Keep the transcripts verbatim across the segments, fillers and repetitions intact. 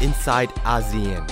inside ASEAN.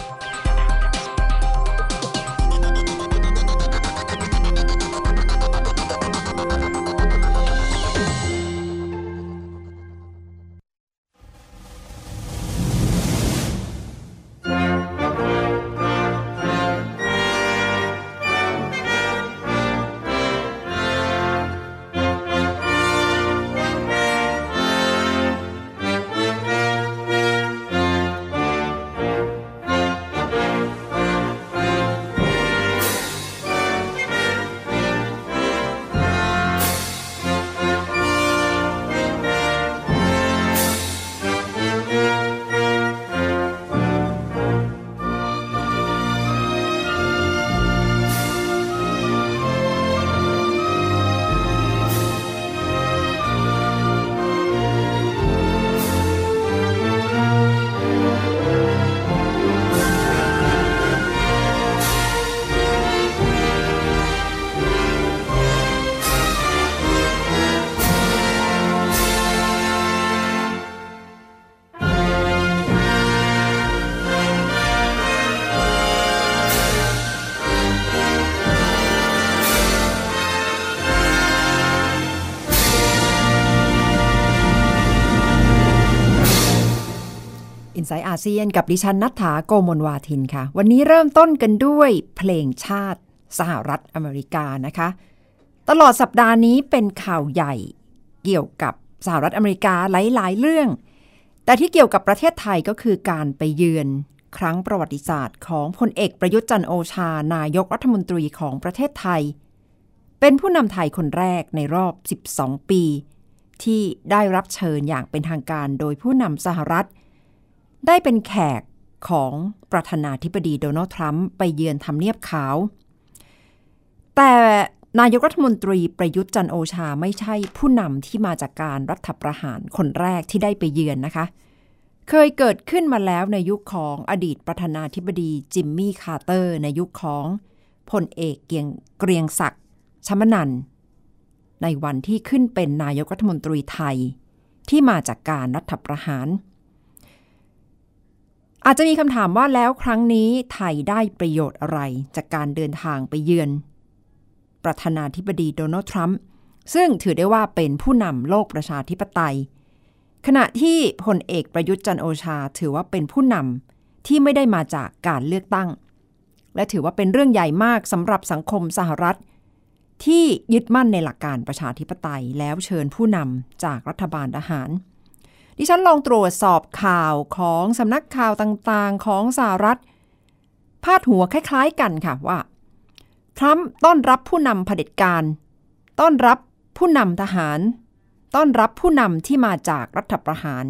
อินไซต์อาเซียนกับดิฉันณัฐฐา โกมลวาทินค่ะวันนี้เริ่มต้นกันด้วยเพลงชาติสหรัฐอเมริกานะคะตลอดสัปดาห์นี้เป็นข่าวใหญ่เกี่ยวกับสหรัฐอเมริกาหลายๆเรื่องแต่ที่เกี่ยวกับประเทศไทยก็คือการไปเยือนครั้งประวัติศาสตร์ของพลเอกประยุทธ์จันทร์โอชานายกรัฐมนตรีของประเทศไทยเป็นผู้นำไทยคนแรกในรอบสิบสองปีที่ได้รับเชิญอย่างเป็นทางการโดยผู้นำสหรัฐได้เป็นแขกของประธานาธิบดีโดนัลด์ทรัมป์ไปเยือนทำเนียบขาวแต่นายกรัฐมนตรีประยุทธ์จันทร์โอชาไม่ใช่ผู้นำที่มาจากการรัฐประหารคนแรกที่ได้ไปเยือนนะคะเคยเกิดขึ้นมาแล้วในยุคของอดีตประธานาธิบดีจิมมี่คาร์เตอร์ในยุคของพลเอกเกรียงเกรียงศักดิ์ชมนันท์ในวันที่ขึ้นเป็นนายกรัฐมนตรีไทยที่มาจากการรัฐประหารอาจจะมีคำถามว่าแล้วครั้งนี้ไทยได้ประโยชน์อะไรจากการเดินทางไปเยือนประธานาธิบดีโดนัลด์ทรัมป์ซึ่งถือได้ว่าเป็นผู้นำโลกประชาธิปไตยขณะที่พลเอกประยุทธ์จันทร์โอชาถือว่าเป็นผู้นำที่ไม่ได้มาจากการเลือกตั้งและถือว่าเป็นเรื่องใหญ่มากสำหรับสังคมสหรัฐที่ยึดมั่นในหลักการประชาธิปไตยแล้วเชิญผู้นำจากรัฐบาลทหารดิฉันลองตรวจสอบข่าวของสำนักข่าวต่างๆของสหรัฐพาดหัวคล้ายๆกันค่ะว่าทรัมป์ต้อนรับผู้นำเผด็จการต้อนรับผู้นำทหารต้อนรับผู้นำที่มาจากรัฐประหาร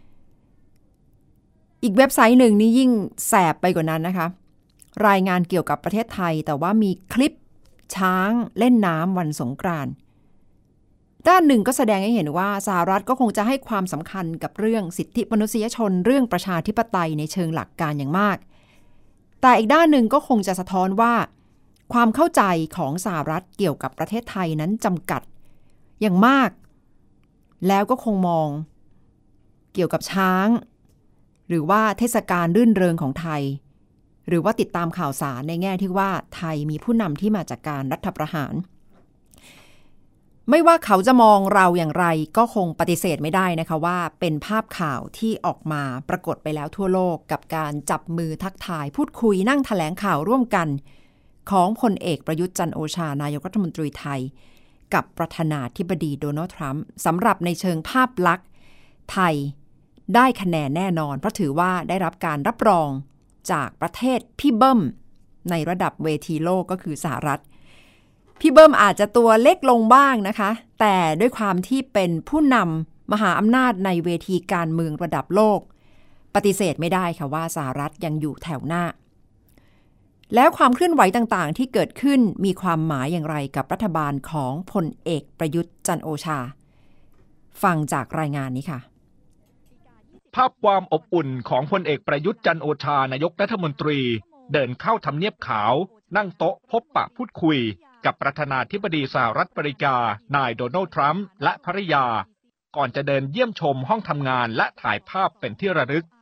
อีกเว็บไซต์หนึ่งนี่ยิ่งแสบไปกว่านั้นนะคะรายงานเกี่ยวกับประเทศไทยแต่ว่ามีคลิปช้างเล่นน้ำวันสงกรานต์ด้านหนึ่งก็แสดงให้เห็นว่าสหรัฐก็คงจะให้ความสำคัญกับเรื่องสิทธิมนุษยชนเรื่องประชาธิปไตยในเชิงหลักการอย่างมากแต่อีกด้านหนึ่งก็คงจะสะท้อนว่าความเข้าใจของสหรัฐเกี่ยวกับประเทศไทยนั้นจำกัดอย่างมากแล้วก็คงมองเกี่ยวกับช้างหรือว่าเทศกาลรื่นเริงของไทยหรือว่าติดตามข่าวสารในแง่ที่ว่าไทยมีผู้นำที่มาจากการรัฐประหารไม่ว่าเขาจะมองเราอย่างไรก็คงปฏิเสธไม่ได้นะคะว่าเป็นภาพข่าวที่ออกมาปรากฏไปแล้วทั่วโลกกับการจับมือทักทายพูดคุยนั่งแถลงข่าวร่วมกันของพลเอกประยุทธ์จันทร์โอชานายกรัฐมนตรีไทยกับประธานาธิบดีโดนัลด์ทรัมป์สำหรับในเชิงภาพลักษณ์ไทยได้คะแนนแน่นอนเพราะถือว่าได้รับการรับรองจากประเทศพี่เบิ้มในระดับเวทีโลกก็คือสหรัฐพี่เบิ้มอาจจะตัวเล็กลงบ้างนะคะแต่ด้วยความที่เป็นผู้นำมหาอำนาจในเวทีการเมืองระดับโลกปฏิเสธไม่ได้ค่ะว่าสหรัฐยังอยู่แถวหน้าแล้วความเคลื่อนไหวต่างๆที่เกิดขึ้นมีความหมายอย่างไรกับรัฐบาลของพลเอกประยุทธ์จันทร์โอชาฟังจากรายงานนี้ค่ะภาพความอบอุ่นของพลเอกประยุทธ์จันทร์โอชานายกรัฐมนตรีเดินเข้าทำเนียบขาวนั่งโต๊ะพบปะพูดคุยกับประธานาธิบดีสหรัฐอเมริกานายโดนัลด์ทรัมป์และภริยาก่อนจะเดินเยี่ยมชมห้องทำงานและถ่ายภาพเป็นที่ระลึก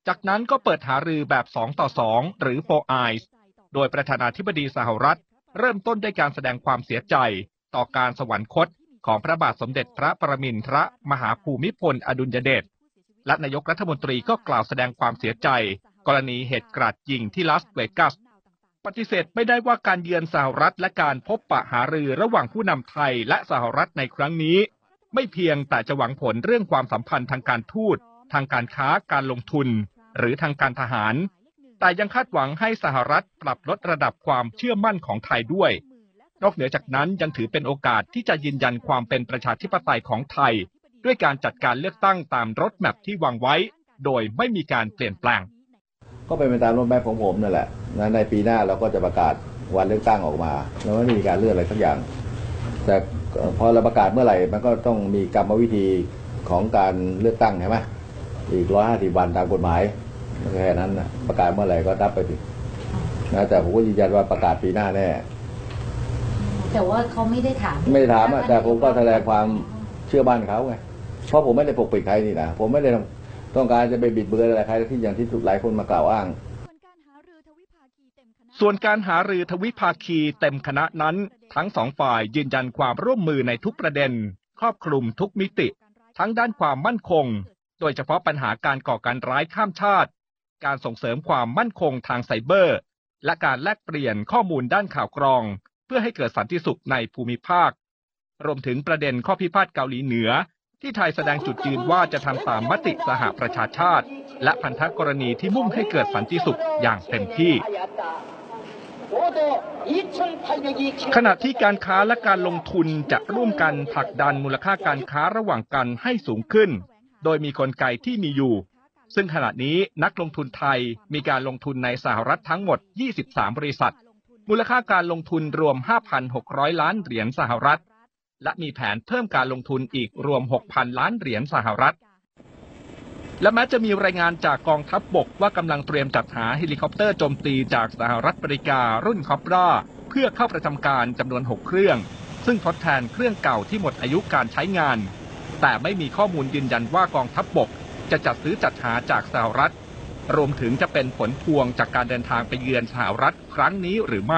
จากนั้นก็เปิดหารือแบบสองต่อสองหรือ Four Eyes โดยประธานาธิบดีสหรัฐเริ่มต้นด้วยการแสดงความเสียใจต่อการสวรรคตของพระบาทสมเด็จพระปรมินทรมหาภูมิพลอดุลยเดชและนายกรัฐมนตรีก็กล่าวแสดงความเสียใจกรณีเหตุกราดยิงที่ลาสเวกัสปฏิเสธไม่ได้ว่าการเยือนสหรัฐและการพบปะหารือระหว่างผู้นำไทยและสหรัฐในครั้งนี้ไม่เพียงแต่จะหวังผลเรื่องความสัมพันธ์ทางการทูตทางการค้าการลงทุนหรือทางการทหารแต่ยังคาดหวังให้สหรัฐปรับลดระดับความเชื่อมั่นของไทยด้วยนอกเหนือจากนั้นยังถือเป็นโอกาสที่จะยืนยันความเป็นประชาธิปไตยของไทยด้วยการจัดการเลือกตั้งตามรถแมพที่วางไว้โดยไม่มีการเปลี่ยนแปลงก็เป็นไปตามรถแมพของผมนั่นแหละในปีหน้าเราก็จะประกาศวันเลือกตั้งออกมาแล้วไม่มีการเลื่อนอะไรสักอย่างแต่พอเราประกาศเมื่อไหร่มันก็ต้องมีกรรมวิธีของการเลือกตั้งใช่ไหมอีกร้อยห้าสิบวันตามกฎหมายแค่นั้นนะประกาศเมื่อไหร่ก็นับไปสินะแต่ผมก็ยืนยันว่าประกาศปีหน้าแน่แต่ว่าเขาไม่ได้ถามไม่ได้ถามแต่ผมก็แสดงความเชื่อมั่นเขาไงเพราะผมไม่ได้ปกปิดใครนี่นะผมไม่ได้ต้องการจะไปบิดเบือนอะไรใครที่อย่างที่สุดหลายคนมากล่าวอ้างส่วนการหารือทวิภาคีเต็มคณะนั้นทั้งสองฝ่ายยืนยันความร่วมมือในทุกประเด็นครอบคลุมทุกมิติทั้งด้านความมั่นคงโดยเฉพาะปัญหาการก่อการร้ายข้ามชาติการส่งเสริมความมั่นคงทางไซเบอร์และการแลกเปลี่ยนข้อมูลด้านข่าวกรองเพื่อให้เกิดสันติสุขในภูมิภาครวมถึงประเด็นข้อพิพาทเกาหลีเหนือที่ไทยแสดงจุดยืนว่าจะทำตามมติสหประชาชาติและพันธกรณีที่มุ่งให้เกิดสันติสุขอย่างเต็มที่ขณะที่การค้าและการลงทุนจะร่วมกันผลักดันมูลค่าการค้าระหว่างกันให้สูงขึ้นโดยมีกลไกที่มีอยู่ซึ่งขณะนี้นักลงทุนไทยมีการลงทุนในสหรัฐทั้งหมดยี่สิบสามบริษัทมูลค่าการลงทุนรวม ห้าพันหกร้อย ล้านเหรียญสหรัฐและมีแผนเพิ่มการลงทุนอีกรวม หกพัน ล้านเหรียญสหรัฐและแม้จะมีรายงานจากกองทัพบกว่ากำลังเตรียมจัดหาเฮลิคอปเตอร์โจมตีจากสหรัฐอเมริการุ่นคอปราเพื่อเข้าประจำการจำนวนหกเครื่องซึ่งทดแทนเครื่องเก่าที่หมดอายุการใช้งานแต่ไม่มีข้อมูลยืนยันว่ากองทัพบกจะจัดซื้อจัดหาจากสหรัฐรวมถึงจะเป็นผลพวงจากการเดินทางไปเยือนสหรัฐครั้งนี้หรือไม่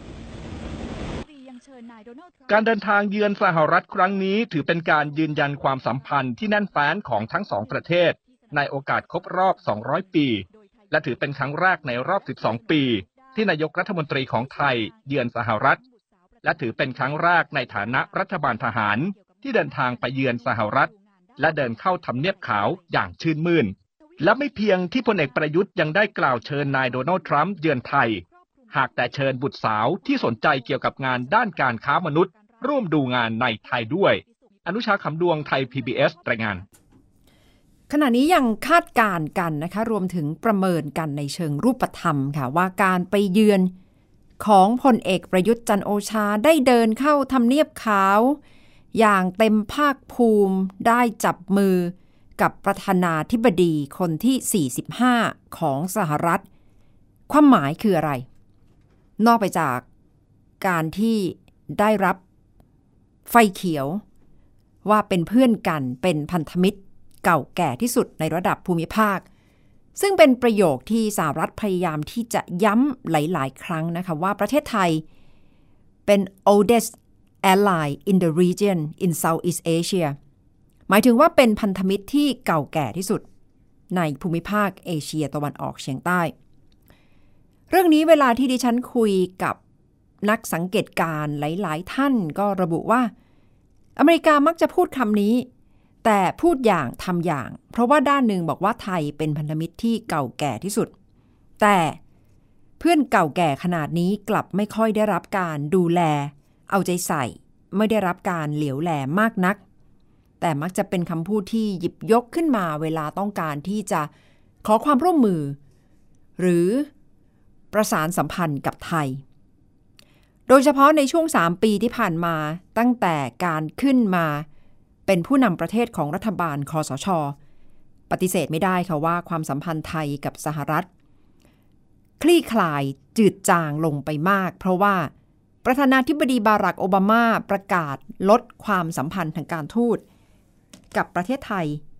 การเดินทางเยือนสหรัฐครั้งนี้ถือเป็นการยืนยันความสัมพันธ์ที่แน่นแฟ้นของทั้งสองประเทศในโอกาสครบรอบสองร้อยปีและถือเป็นครั้งแรกในรอบสิบสองปีที่นายกรัฐมนตรีของไทยเยือนสหรัฐและถือเป็นครั้งแรกในฐานะรัฐบาลทหารที่เดินทางไปเยือนสหรัฐและเดินเข้าทำเนียบขาวอย่างชื่นมื่นและไม่เพียงที่พลเอกประยุทธ์ยังได้กล่าวเชิญนายโดนัลด์ทรัมป์เยือนไทยหากแต่เชิญบุตรสาวที่สนใจเกี่ยวกับงานด้านการค้ามนุษย์ร่วมดูงานในไทยด้วยอนุชาขำดวงไทย พี บี เอส รายงานขณะนี้ยังคาดการณ์กันนะคะรวมถึงประเมินกันในเชิงรูปธรรมค่ะว่าการไปเยือนของพลเอกประยุทธ์จันทร์โอชาได้เดินเข้าทำเนียบขาวอย่างเต็มภาคภูมิได้จับมือกับประธานาธิบดีคนที่สี่สิบห้าของสหรัฐความหมายคืออะไรนอกไปจากการที่ได้รับไฟเขียวว่าเป็นเพื่อนกันเป็นพันธมิตรเก่าแก่ที่สุดในระดับภูมิภาคซึ่งเป็นประโยคที่สหรัฐพยายามที่จะย้ำหลายๆครั้งนะคะว่าประเทศไทยเป็น oldest ally in the region in Southeast Asia หมายถึงว่าเป็นพันธมิตรที่เก่าแก่ที่สุดในภูมิภาคเอเชียตะวันออกเฉียงใต้เรื่องนี้เวลาที่ดิฉันคุยกับนักสังเกตการณ์หลายๆท่านก็ระบุว่าอเมริกามักจะพูดคำนี้แต่พูดอย่างทำอย่างเพราะว่าด้านหนึ่งบอกว่าไทยเป็นพันธมิตรที่เก่าแก่ที่สุดแต่เพื่อนเก่าแก่ขนาดนี้กลับไม่ค่อยได้รับการดูแลเอาใจใส่ไม่ได้รับการเหลียวแลมากนักแต่มักจะเป็นคำพูดที่หยิบยกขึ้นมาเวลาต้องการที่จะขอความร่วมมือหรือประสานสัมพันธ์กับไทยโดยเฉพาะในช่วงสามปีที่ผ่านมาตั้งแต่การขึ้นมาเป็นผู้นำประเทศของรัฐบาลคสช.ปฏิเสธไม่ได้ค่ะว่าความสัมพันธ์ไทยกับสหรัฐคลี่คลายจืดจางลงไปมากเพราะว่าประธานาธิบดีบารักโอบามาประกาศลดความสัมพันธ์ทางการทูตกับประเทศไทย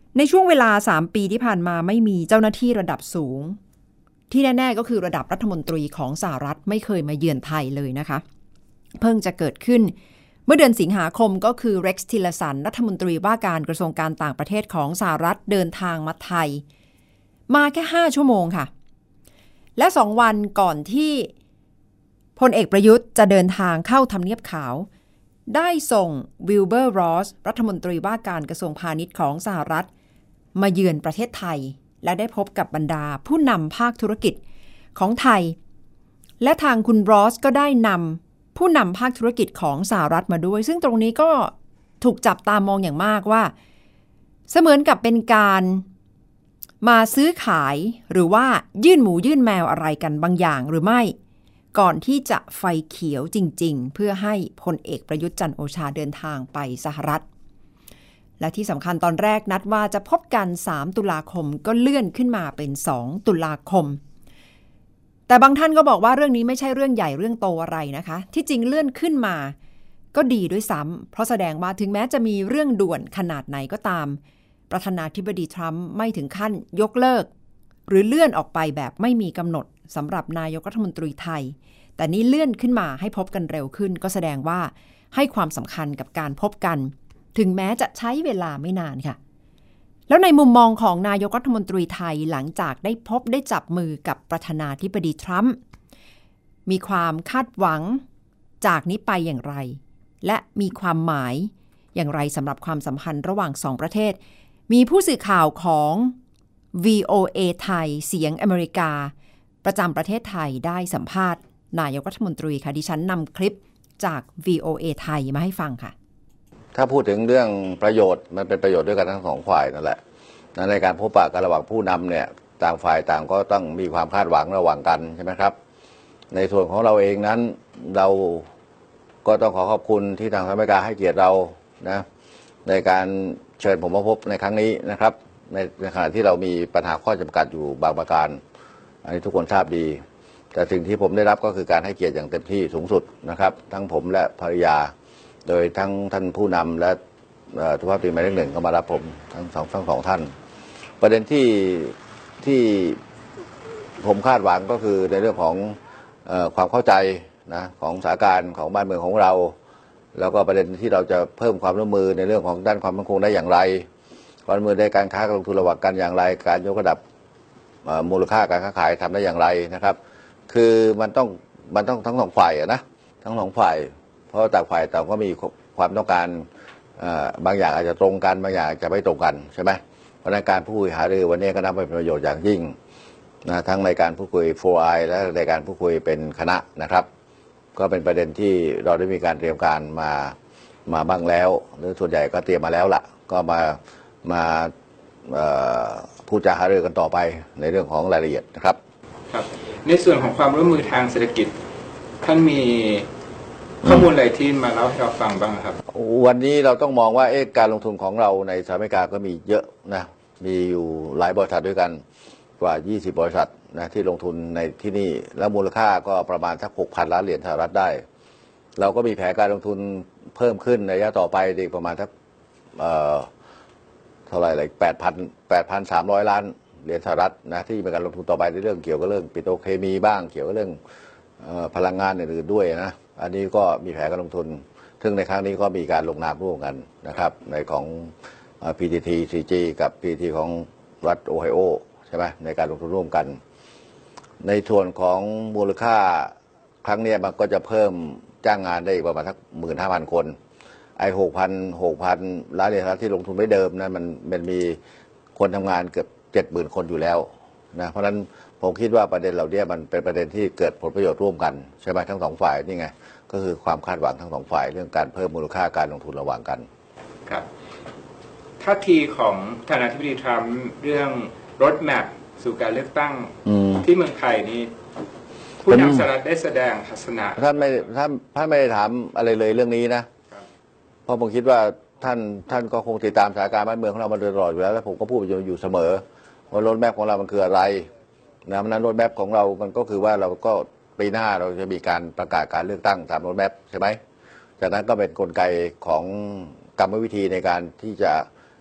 ในช่วงเวลาสามปีที่ผ่านมาไม่มีเจ้าหน้าที่ระดับสูงที่แน่ๆก็คือระดับรัฐมนตรีของสหรัฐไม่เคยมาเยือนไทยเลยนะคะเพิ่งจะเกิดขึ้นเมื่อเดือนสิงหาคมก็คือเร็กซ์ ทิลเลอร์สันรัฐมนตรีว่าการกระทรวงการต่างประเทศของสหรัฐเดินทางมาไทยมาแค่ห้าชั่วโมงค่ะและสองวันก่อนที่พลเอกประยุทธ์จะเดินทางเข้าทำเนียบขาวได้ส่งวิลเบอร์ รอสรัฐมนตรีว่าการกระทรวงพาณิชย์ของสหรัฐมาเยือนประเทศไทยและได้พบกับบรรดาผู้นำภาคธุรกิจของไทยและทางคุณรอสก็ได้นำผู้นำภาคธุรกิจของสหรัฐมาด้วยซึ่งตรงนี้ก็ถูกจับตามองอย่างมากว่าเสมือนกับเป็นการมาซื้อขายหรือว่ายื่นหมูยื่นแมวอะไรกันบางอย่างหรือไม่ก่อนที่จะไฟเขียวจริงๆเพื่อให้พลเอกประยุทธ์จันทร์โอชาเดินทางไปสหรัฐและที่สำคัญตอนแรกนัดว่าจะพบกันสามตุลาคมก็เลื่อนขึ้นมาเป็นสองตุลาคมแต่บางท่านก็บอกว่าเรื่องนี้ไม่ใช่เรื่องใหญ่เรื่องโตอะไรนะคะที่จริงเลื่อนขึ้นมาก็ดีด้วยซ้ำเพราะแสดงว่าถึงแม้จะมีเรื่องด่วนขนาดไหนก็ตามประธานาธิบดีทรัมป์ไม่ถึงขั้นยกเลิกหรือเลื่อนออกไปแบบไม่มีกำหนดสำหรับนายกรัฐมนตรีไทยแต่นี่เลื่อนขึ้นมาให้พบกันเร็วขึ้นก็แสดงว่าให้ความสำคัญกับการพบกันถึงแม้จะใช้เวลาไม่นานค่ะแล้วในมุมมองของนายกรัฐมนตรีไทยหลังจากได้พบได้จับมือกับประธานาธิบดีทรัมป์มีความคาดหวังจากนี้ไปอย่างไรและมีความหมายอย่างไรสำหรับความสัมพันธ์ระหว่างสองประเทศมีผู้สื่อข่าวของ วี โอ เอ ไทยเสียงอเมริกาประจำประเทศไทยได้สัมภาษณ์นายกรัฐมนตรีค่ะดิฉันนำคลิปจาก วี โอ เอ ไทยมาให้ฟังค่ะถ้าพูดถึงเรื่องประโยชน์มันเป็นประโยชน์ด้วยกันทั้งสองฝ่ายนั่นแหละในการพบปะกันระหว่างผู้นำเนี่ยต่างฝ่ายต่างก็ต้องมีความคาดหวังระหว่างกันใช่ไหมครับในส่วนของเราเองนั้นเราก็ต้องขอขอบคุณที่ทางสหรัฐอเมริกาให้เกียรติเรานะในการเชิญผมมาพบในครั้งนี้นะครับในในขณะที่เรามีปัญหาข้อจำกัดอยู่บางประการอันนี้ทุกคนทราบดีแต่สิ่งที่ผมได้รับก็คือการให้เกียรติอย่างเต็มที่สูงสุดนะครับทั้งผมและภรรยาโดยทั้งท่านผู้นำและทุภาพตรีหมายเลขหนึ่งก็มารับผมทั้งสองทั้งสองท่านประเด็นที่ที่ผมคาดหวังก็คือในเรื่องของเอ่อความเข้าใจนะของสถานการณ์ของบ้านเมืองของเราแล้วก็ประเด็นที่เราจะเพิ่มความร่วมมือในเรื่องของด้านความมั่นคงได้อย่างไรความร่วมมือในการค้าการลงทุนระหว่างกันอย่างไรการยกระดับมูลค่าการค้าขายทำได้อย่างไรนะครับคือมันต้องมันต้องทั้งสองฝ่ายนะทั้งสองฝ่ายเพราะต่างฝ่ายต่างก็มีความต้องการบางอย่างอาจจะตรงกันบางอย่างอาจจะไม่ตรงกันใช่ไหมเพราะในการพูดคุยหารือวันนี้ก็นับเป็นประโยชน์อย่างยิ่งนะทั้งในการพูดคุย โฟร์ ไอ และในการพูดคุยเป็นคณะนะครับก็เป็นประเด็นที่เราได้มีการเตรียมการมามาบ้างแล้วหรือส่วนใหญ่ก็เตรียมมาแล้วล่ะก็มามาพูดจาหารือกันต่อไปในเรื่องของรายละเอียดนะครับครับในส่วนของความร่วมมือทางเศรษฐกิจท่านมีข้อมูลอะไรที่มาเล่าให้เราฟังบ้างครับวันนี้เราต้องมองว่าเอ๊ะการลงทุนของเราในสหรัฐอเมริกาก็มีเยอะนะมีอยู่หลายบริษัทด้วยกันกว่ายี่สิบบริษัทนะที่ลงทุนในที่นี่แล้วมูลค่าก็ประมาณสัก หกพัน ล้านเหรียญสหรัฐได้เราก็มีแผนการลงทุนเพิ่มขึ้นในระยะต่อไปอีกประมาณสักเอ่อเท่าไหร่เลยแปดพัน แปดพันสามร้อยล้านเหรียญสหรัฐนะที่เป็นการลงทุนต่อไปในเรื่องเกี่ยวกับเรื่องปิโตรเคมีบ้างเกี่ยวกับเรื่องพลังงานอื่นๆด้วยนะอันนี้ก็มีแผนการลงทุนซึ่งในครั้งนี้ก็มีการลงนามร่วมกันนะครับในของ พี ที ที ซี จี กับ พี ที ที ของรัฐโอไฮโอใช่ไหมในการลงทุนร่วมกันในส่วนของมูลค่าครั้งนี้มันก็จะเพิ่มจ้างงานได้ประมาณสักหมื่นห้าพันคนไอ้หกพันหกพันล้านเหรียญสหรัฐที่ลงทุนไม่เดิมนั้นมันมันมีคนทำงานเกือบเจ็ดหมื่นคนอยู่แล้วนะเพราะฉะนั้นผมคิดว่าประเด็นเหล่านี้มันเป็นประเด็นที่เกิดผลประโยชน์ร่วมกันใช่ไหมทั้งสองฝ่ายนี่ไงก็คือความคาดหวังทั้งสองฝ่ายเรื่องการเพิ่มมูลค่าการลงทุนระหว่างกันครับท่าทีของประธานาธิบดีทรัมป์เรื่องรถแมพสู่การเลือกตั้งที่เมืองไทยนี้ผู้นำสหรัฐได้แสดงทัศนะท่านไม่ท่านท่านไม่ได้ถามอะไรเลยเรื่องนี้นะเพราะผมคิดว่าท่านท่านก็คงติดตามสถานการณ์บ้านเมืองของเรามาโดยตลอดอยู่แล้วและผมก็พูดอยู่เสมอว่ารถแมพของเรามันคืออะไรนะนั้นรถแมพของเรามันก็คือว่าเราก็ปีหน้าเราจะมีการประกาศการเลือกตั้งตามรถแมพใช่ไหมจากนั้นก็เป็นกลไกของกรรมวิธีในการที่จะ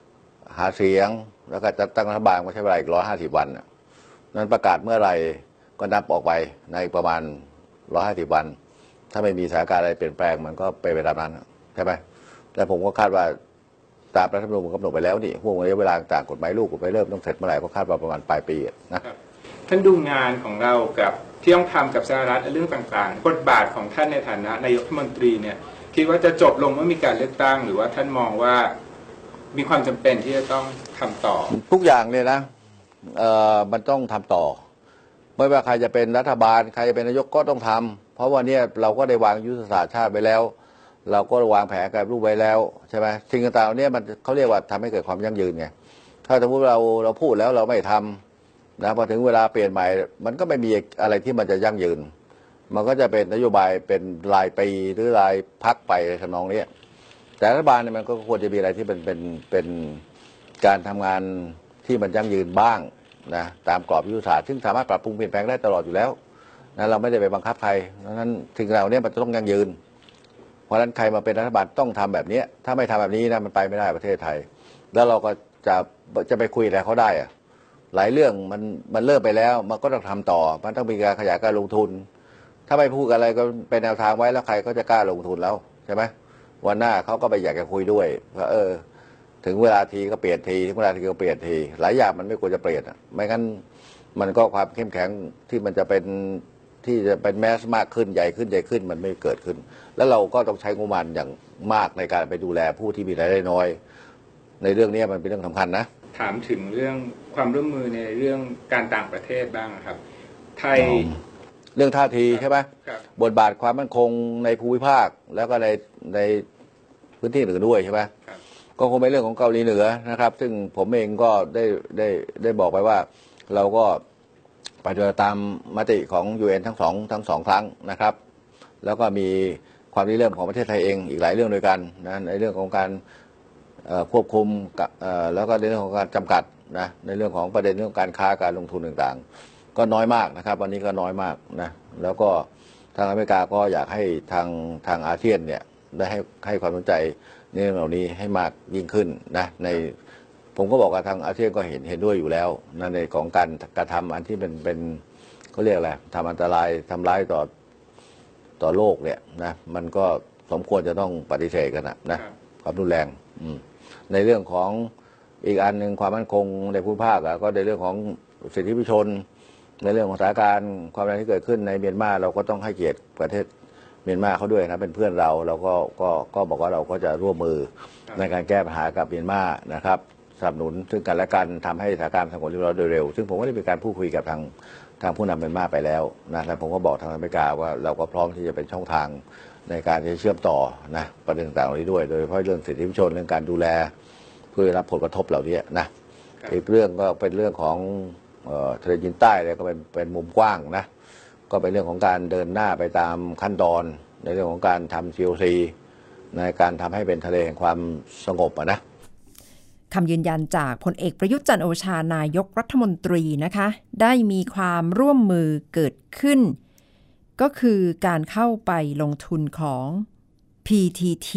หาเสียงแล้วก็จะตั้งรัฐบาลก็ใช้เวลาอีกร้อยห้าสิบวันนั้นประกาศเมื่อไหร่ก็นับออกไปในประมาณร้อยห้าสิบวันถ้าไม่มีสถานการณ์อะไรเปลี่ยนแปลงมันก็ไปไปตามนั้นใช่ไหมแต่ผมก็คาดว่าตามรัฐธรรมนูญมันกำหนดไปแล้วนี่พวกระยะเวลาต่างกฎหมายลูกกฎหมายเริ่มต้องเสร็จเมื่อไหร่ก็คาดว่าประมาณปลายปีนะท่านดูงานของเรากับที่ต้องทำกับสหรัฐเรื่องต่างๆบทบาทของท่านในฐานะนายกรัฐมนตรีเนี่ยคิดว่าจะจบลงเมื่อมีการเลือกตั้งหรือว่าท่านมองว่ามีความจำเป็นที่จะต้องทำต่อทุกอย่างเลยนะเอ่อมันต้องทำต่อไม่ว่าใครจะเป็นรัฐบาลใครจะเป็นนายกก็ต้องทำเพราะว่าเนี่ยเราก็ได้วางยุทธศาสตร์ชาติไว้แล้วเราก็วางแผนการรูปไว้แล้วใช่ไหมสิ่งต่างๆเนี่ยมันเขาเรียกว่าทำให้เกิดความยั่งยืนไงถ้าสมมติเราเราพูดแล้วเราไม่ทำนะพอถึงเวลาเปลี่ยนใหม่มันก็ไม่มีอะไรที่มันจะยั่งยืนมันก็จะเป็นนโยบายเป็นรายปีหรือรายพักไปทำนองนี้แต่รัฐบาลเนี่ยมันก็ควรจะมีอะไรที่เป็นเป็นเป็นการทำงานที่มันยั่งยืนบ้างนะตามกรอบยุทธศาสตร์ซึ่งสามารถปรับปรุงเปลี่ยนแปลงได้ตลอดอยู่แล้วนะเราไม่ได้ไปบังคับใครดังนั้นถึงเราเนี่ยมันจะต้องยั่งยืนเพราะฉะนั้นใครมาเป็นรัฐบาลต้องทำแบบนี้ถ้าไม่ทำแบบนี้นะมันไปไม่ได้ประเทศไทยแล้วเราก็จะจะไปคุยอะไรเขาได้อะหลายเรื่องมันมันเริ่มไปแล้วมันก็ต้องทำต่อมันต้องมีการขยายการลงทุนถ้าไม่พูดอะไรก็เป็นแนวทางไว้แล้วใครก็จะกล้าลงทุนแล้วใช่ไหมวันหน้าเขาก็ไปอยากจะคุยด้วยว่าเออถึงเวลาทีก็เปลี่ยนทีถึงเวลาทีก็เปลี่ยนทีหลายอย่างมันไม่ควรจะเปลี่ยนอ่ะไม่งั้นมันก็ความเข้มแข็งที่มันจะเป็นที่จะเป็นแมสมากขึ้นใหญ่ขึ้นใหญ่ขึ้นมันไม่เกิดขึ้นแล้วเราก็ต้องใช้งบประมาณอย่างมากในการไปดูแลผู้ที่มีรายได้น้อยในเรื่องนี้มันเป็นเรื่องสำคัญนะถามถึงเรื่องความร่วมมือในเรื่องการต่างประเทศบ้างครับไทยเรื่องท่าทีใช่ไหมบทบาทความมั่นคงในภูมิภาคแล้วก็ในในพื้นที่อื่นด้วยใช่ไหมก็คงเป็นเรื่องของเกาหลีเหนือนะครับซึ่งผมเองก็ได้ได้ได้บอกไปว่าเราก็ปฏิบัติตามมติของ ยู เอ็น ทั้งสองทั้งสองครั้งนะครับแล้วก็มีความริเริ่มของประเทศไทยเองอีกหลายเรื่องด้วยกันนะในเรื่องของการควบคุมแล้วก็ในเรื่องของการจำกัดนะในเรื่องของประเด็นเรื่องการค้าการลงทุนต่างๆก็น้อยมากนะครับวันนี้ก็น้อยมากนะแล้วก็ทางอเมริกาก็อยากให้ทางทางอาเซียนเนี่ยได้ให้ให้ความสนใจในเรื่องเหล่านี้ให้มากยิ่งขึ้นนะในผมก็บอกว่าทางอาเซียนก็เห็นเห็นด้วยอยู่แล้วนะในของการกระทำอันที่เป็นเป็นเขาเรียกอะไรทำอันตรายทำร้ายต่อต่อโลกเนี่ยนะมันก็สมควรจะต้องปฏิเสธกันนะนะความรุนแรงในเรื่องของอีกอันหนึ่งความมั่นคงในภูมิภาคก็ในเรื่องของสิทธิมนุษยชนในเรื่องของสถานการณ์ความรุนแรงที่เกิดขึ้นในเมียนมาเราก็ต้องให้เกียรติประเทศเมียนมาเขาด้วยนะเป็นเพื่อนเราเราก็ก็ก็บอกว่าเราก็จะร่วมมือในการแก้ปัญหากับเมียนมานะครับสนับสนุนซึ่งกันและกันทำให้สถานการณ์สงบเรียบร้อยโดยเร็วซึ่งผมก็ได้มีการพูดคุยกับทางทางผู้นำเมียนมาไปแล้วนะและผมก็บอกทางอเมริกาว่าเราก็พร้อมที่จะเป็นช่องทางในการที่จะเชื่อมต่อนะประเด็นต่างๆเหล่านี้ด้วยโดยเฉพาะเรื่องสิทธิมนุษยชนเรื่องการดูแลผู้ได้รับผลกระทบเหล่านี้นะอีกเรื่องก็เป็นเรื่องของทะเลจีนใต้เลยก็เป็นเป็นมุมกว้างนะก็เป็นเรื่องของการเดินหน้าไปตามขั้นตอนในเรื่องของการทำ ซี โอ ซี ในการทำให้เป็นทะเลแห่งความสงบอ่ะนะคำยืนยันจากพลเอกประยุทธ์จันทร์โอชานายกรัฐมนตรีนะคะได้มีความร่วมมือเกิดขึ้นก็คือการเข้าไปลงทุนของ พี ที ที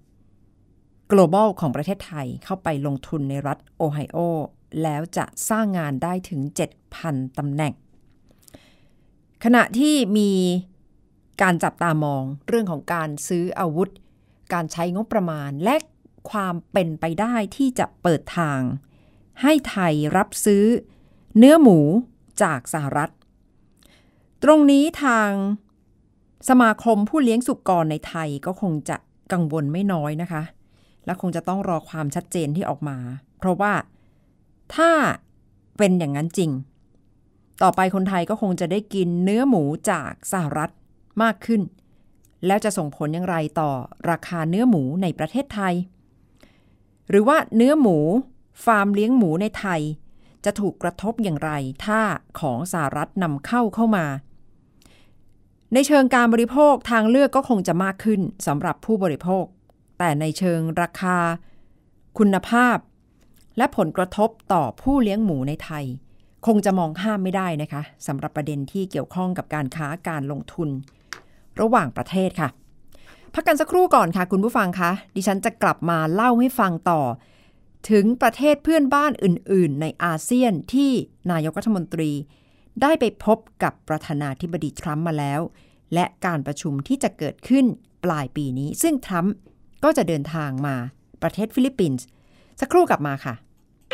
Global ของประเทศไทยเข้าไปลงทุนในรัฐโอไฮโอแล้วจะสร้างงานได้ถึง เจ็ดพัน ตำแหน่งขณะที่มีการจับตามองเรื่องของการซื้ออาวุธการใช้งบประมาณและความเป็นไปได้ที่จะเปิดทางให้ไทยรับซื้อเนื้อหมูจากสหรัฐตรงนี้ทางสมาคมผู้เลี้ยงสุกรในไทยก็คงจะกังวลไม่น้อยนะคะและคงจะต้องรอความชัดเจนที่ออกมาเพราะว่าถ้าเป็นอย่างนั้นจริงต่อไปคนไทยก็คงจะได้กินเนื้อหมูจากสหรัฐมากขึ้นแล้วจะส่งผลอย่างไรต่อราคาเนื้อหมูในประเทศไทยหรือว่าเนื้อหมูฟาร์มเลี้ยงหมูในไทยจะถูกกระทบอย่างไรถ้าของสหรัฐนำเข้าเข้ามาในเชิงการบริโภคทางเลือกก็คงจะมากขึ้นสำหรับผู้บริโภคแต่ในเชิงราคาคุณภาพและผลกระทบต่อผู้เลี้ยงหมูในไทยคงจะมองข้ามไม่ได้นะคะสำหรับประเด็นที่เกี่ยวข้องกับการค้าการลงทุนระหว่างประเทศค่ะพักกันสักครู่ก่อนค่ะคุณผู้ฟังคะดิฉันจะกลับมาเล่าให้ฟังต่อถึงประเทศเพื่อนบ้านอื่นๆในอาเซียนที่นายกรัฐมนตรีได้ไปพบกับประธานาธิบดีทรัมป์มาแล้วและการประชุมที่จะเกิดขึ้นปลายปีนี้ซึ่งทรัมป์ก็จะเดินทางมาประเทศฟิลิปปินส์สักครู่กลับมาค่ะ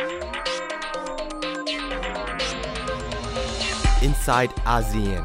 Inside อาเซียน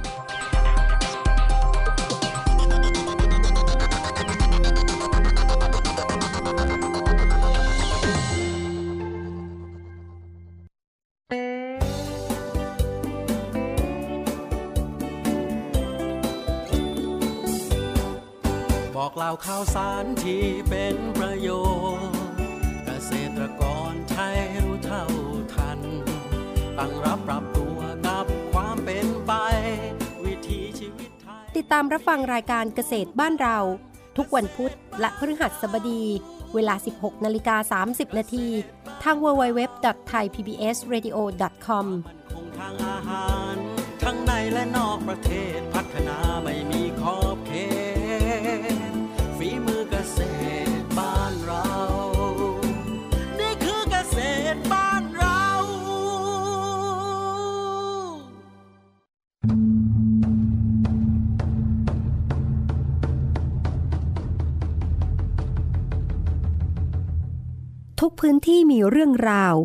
บอกเล่าข่าวสารที่เป็นประโยชน์เกษตรกรไทยรู้เท่าทันตั้งรับปรับตัวกับความเป็นไปวิถีชีวิตไทยติดตามรับฟังรายการเกษตรบ้านเราทุกวันพุธและพฤหัสบดีเวลา สิบหกนาฬิกาสามสิบนาทีทาง ดับเบิลยู ดับเบิลยู ดับเบิลยู ดอท ไทย พี บี เอส เรดิโอ ดอท คอมคงทางอาหารทั้งในและนอกประเทศพัฒนาไม่มีขอบเขตฝีมือเกษตรบ้านเรานี่คือเกษตรบ้านเราทุกพื้นที่มีเรื่องราว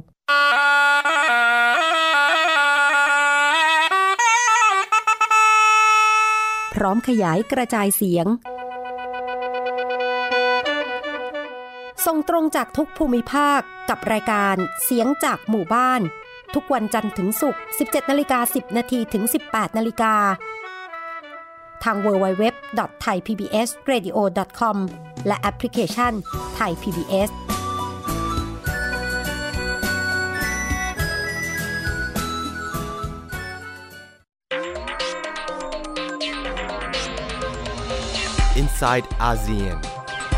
พร้อมขยายกระจายเสียงส่งตรงจากทุกภูมิภาคกับรายการเสียงจากหมู่บ้านทุกวันจันทร์ถึงศุกร์ สิบเจ็ดนาฬิกาสิบนาทีถึง สิบแปดนาฬิกาทาง ดับเบิลยู ดับเบิลยู ดับเบิลยู ดอท ไทย พี บี เอส เรดิโอ ดอท คอม และแอปพลิเคชัน Thai พี บี เอส Inside อาเซียน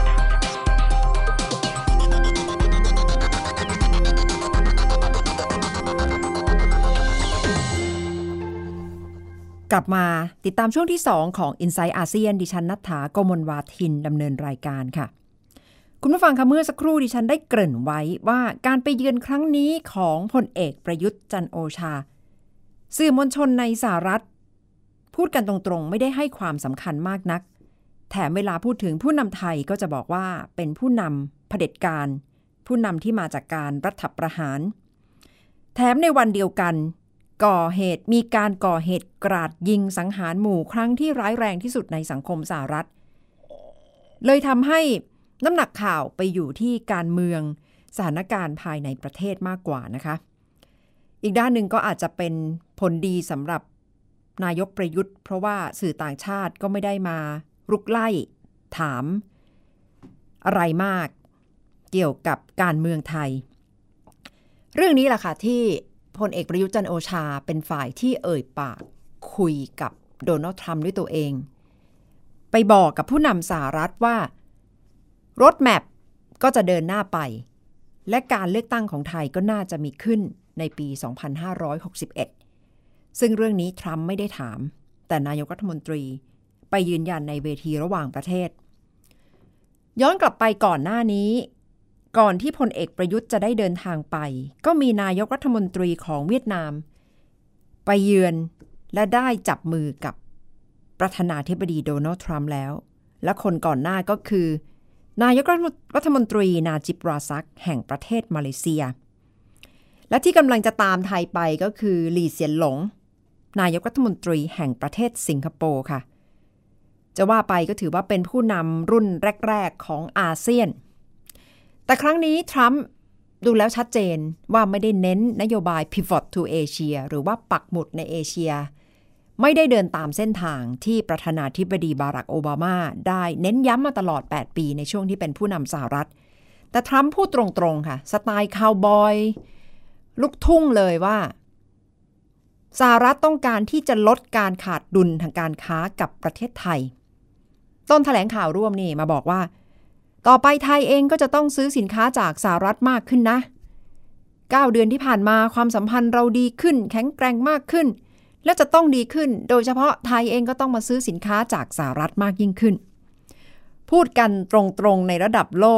กลับมาติดตามช่วงที่สองของ Inside อาเซียนดิฉันณัฐฐา โกมลวาทินดำเนินรายการค่ะคุณผู้ฟังคะเมื่อสักครู่ดิฉันได้เกริ่นไว้ว่าการไปเยือนครั้งนี้ของพลเอกประยุทธ์จันทร์โอชาสื่อมวลชนในสหรัฐพูดกันตรงๆไม่ได้ให้ความสำคัญมากนักแถมเวลาพูดถึงผู้นำไทยก็จะบอกว่าเป็นผู้นำเผด็จการผู้นำที่มาจากการรัฐประหารแถมในวันเดียวกันก่อเหตุมีการก่อเหตุกราดยิงสังหารหมู่ครั้งที่ร้ายแรงที่สุดในสังคมสหรัฐเลยทำให้น้ำหนักข่าวไปอยู่ที่การเมืองสถานการณ์ภายในประเทศมากกว่านะคะอีกด้านหนึ่งก็อาจจะเป็นผลดีสำหรับนายกประยุทธ์เพราะว่าสื่อต่างชาติก็ไม่ได้มารุกไล่ถามอะไรมากเกี่ยวกับการเมืองไทยเรื่องนี้แหละค่ะที่พลเอกประยุทธ์จันทร์โอชาเป็นฝ่ายที่เอ่ยปากคุยกับโดนัลด์ทรัมป์ด้วยตัวเองไปบอกกับผู้นำสหรัฐว่ารถแมพก็จะเดินหน้าไปและการเลือกตั้งของไทยก็น่าจะมีขึ้นในปีสองพันห้าร้อยหกสิบเอ็ดซึ่งเรื่องนี้ทรัมป์ไม่ได้ถามแต่นายกรัฐมนตรีไปยืนยันในเวทีระหว่างประเทศย้อนกลับไปก่อนหน้านี้ก่อนที่พลเอกประยุทธ์จะได้เดินทางไปก็มีนายกรัฐมนตรีของเวียดนามไปเยือนและได้จับมือกับประธานาธิบดีโดนัลด์ทรัมป์แล้วและคนก่อนหน้าก็คือนายกรัฐมนตรีนาจิบราซักแห่งประเทศมาเลเซียและที่กำลังจะตามไทยไปก็คือหลี่เซียนหลงนายกรัฐมนตรีแห่งประเทศสิงคโปร์ค่ะจะว่าไปก็ถือว่าเป็นผู้นำรุ่นแรกๆของอาเซียนแต่ครั้งนี้ทรัมป์ดูแล้วชัดเจนว่าไม่ได้เน้นนโยบาย Pivot to Asia หรือว่าปักหมุดในเอเชียไม่ได้เดินตามเส้นทางที่ประธานาธิบดีบารักโอบามาได้เน้นย้ำมาตลอดแปดปีในช่วงที่เป็นผู้นำสหรัฐแต่ทรัมป์พูดตรงๆค่ะสไตล์คาวบอยลูกทุ่งเลยว่าสหรัฐต้องการที่จะลดการขาดดุลทางการค้ากับประเทศไทยต้นแถลงข่าวร่วมนี่มาบอกว่าต่อไปไทยเองก็จะต้องซื้อสินค้าจากสหรัฐมากขึ้นนะเก้าเดือนที่ผ่านมาความสัมพันธ์เราดีขึ้นแข็งแกร่งมากขึ้นและจะต้องดีขึ้นโดยเฉพาะไทยเองก็ต้องมาซื้อสินค้าจากสหรัฐมากยิ่งขึ้นพูดกันตรงๆในระดับโลก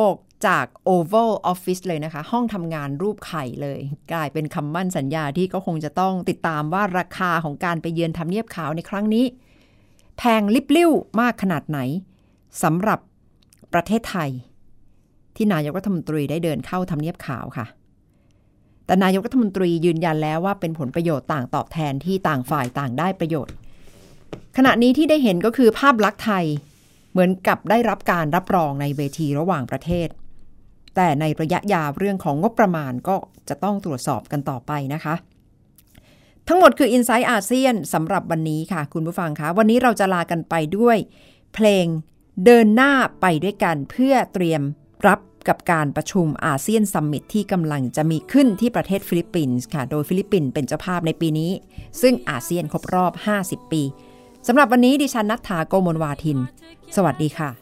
จาก Oval Office เลยนะคะห้องทำงานรูปไข่เลยกลายเป็นคำมั่นสัญญาที่ก็คงจะต้องติดตามว่าราคาของการไปเยือนทำเนียบขาวในครั้งนี้แพงลิบลิ่วมากขนาดไหนสำหรับประเทศไทยที่นายกรัฐมนตรีได้เดินเข้าทำเนียบขาวค่ะแต่นายกรัฐมนตรียืนยันแล้วว่าเป็นผลประโยชน์ต่างตอบแทนที่ต่างฝ่ายต่างได้ประโยชน์ขณะนี้ที่ได้เห็นก็คือภาพลักษณ์ไทยเหมือนกับได้รับการรับรองในเวทีระหว่างประเทศแต่ในระยะยาวเรื่องของงบประมาณก็จะต้องตรวจสอบกันต่อไปนะคะทั้งหมดคือ Inside อาเซียนสำหรับวันนี้ค่ะคุณผู้ฟังคะวันนี้เราจะลากันไปด้วยเพลงเดินหน้าไปด้วยกันเพื่อเตรียมรับกับการประชุมอาเซียนซัมมิตที่กำลังจะมีขึ้นที่ประเทศฟิลิปปินส์ค่ะโดยฟิลิปปินส์เป็นเจ้าภาพในปีนี้ซึ่งอาเซียนครบรอบห้าสิบปีสำหรับวันนี้ดิฉันณัฐฐา โกมลวาทินสวัสดีค่ะ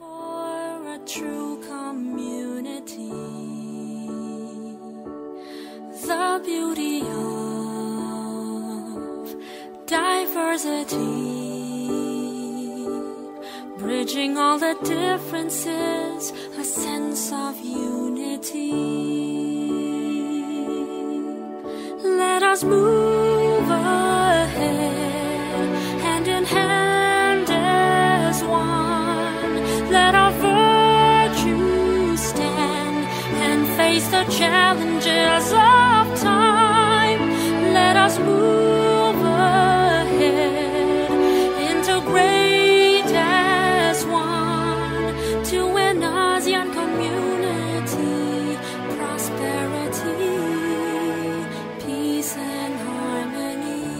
The beauty of diversity, bridging all the differences, a sense of unity. Let us move ahead, hand in hand as one. Let our virtues stand and face the challenges of time. Let us move ahead, integrate as one to an ASEAN community, prosperity, peace and harmony.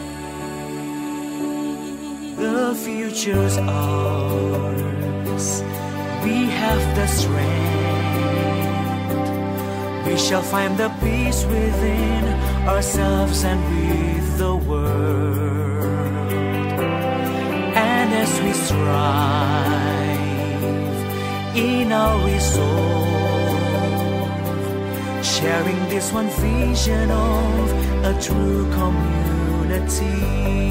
The future's ours. We have the strength. We shall find the peace within ourselves and with the world. And as we strive in our resolve, sharing this one vision of a true community,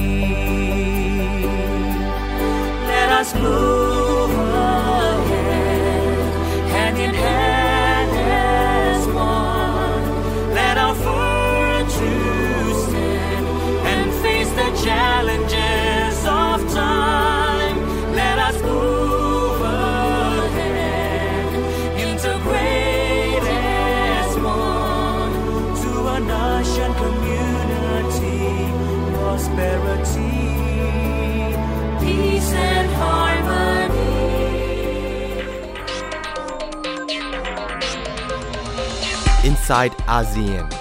let us move ahead, hand in hand as one. Let our virtues stand and face the challenges of time. Let us move ahead, integrate as one to an ASEAN community, prosperity, peace and harmony. Inside ASEAN.